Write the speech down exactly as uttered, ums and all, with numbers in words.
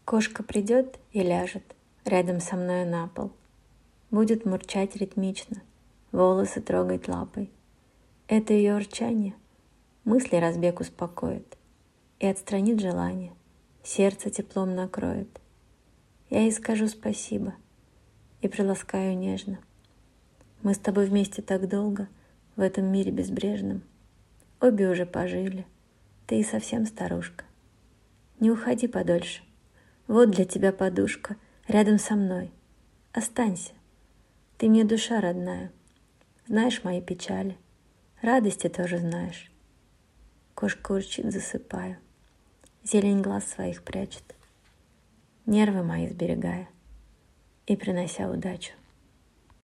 Кошка придет и ляжет рядом со мною на пол, будет мурчать ритмично, волосы трогать лапой. Это ее урчание мысли разбег успокоит и отстранит желание, сердце теплом накроет. Я ей скажу спасибо и приласкаю нежно. Мы с тобой вместе так долго в этом мире безбрежном. Обе уже пожили, ты и совсем старушка. Не уходи подольше. Вот для тебя подушка, рядом со мной. Останься. Ты мне душа родная. Знаешь мои печали, радости тоже знаешь. Кошка урчит, засыпая, зелень глаз своих прячет, нервы мои сберегая и принося удачу.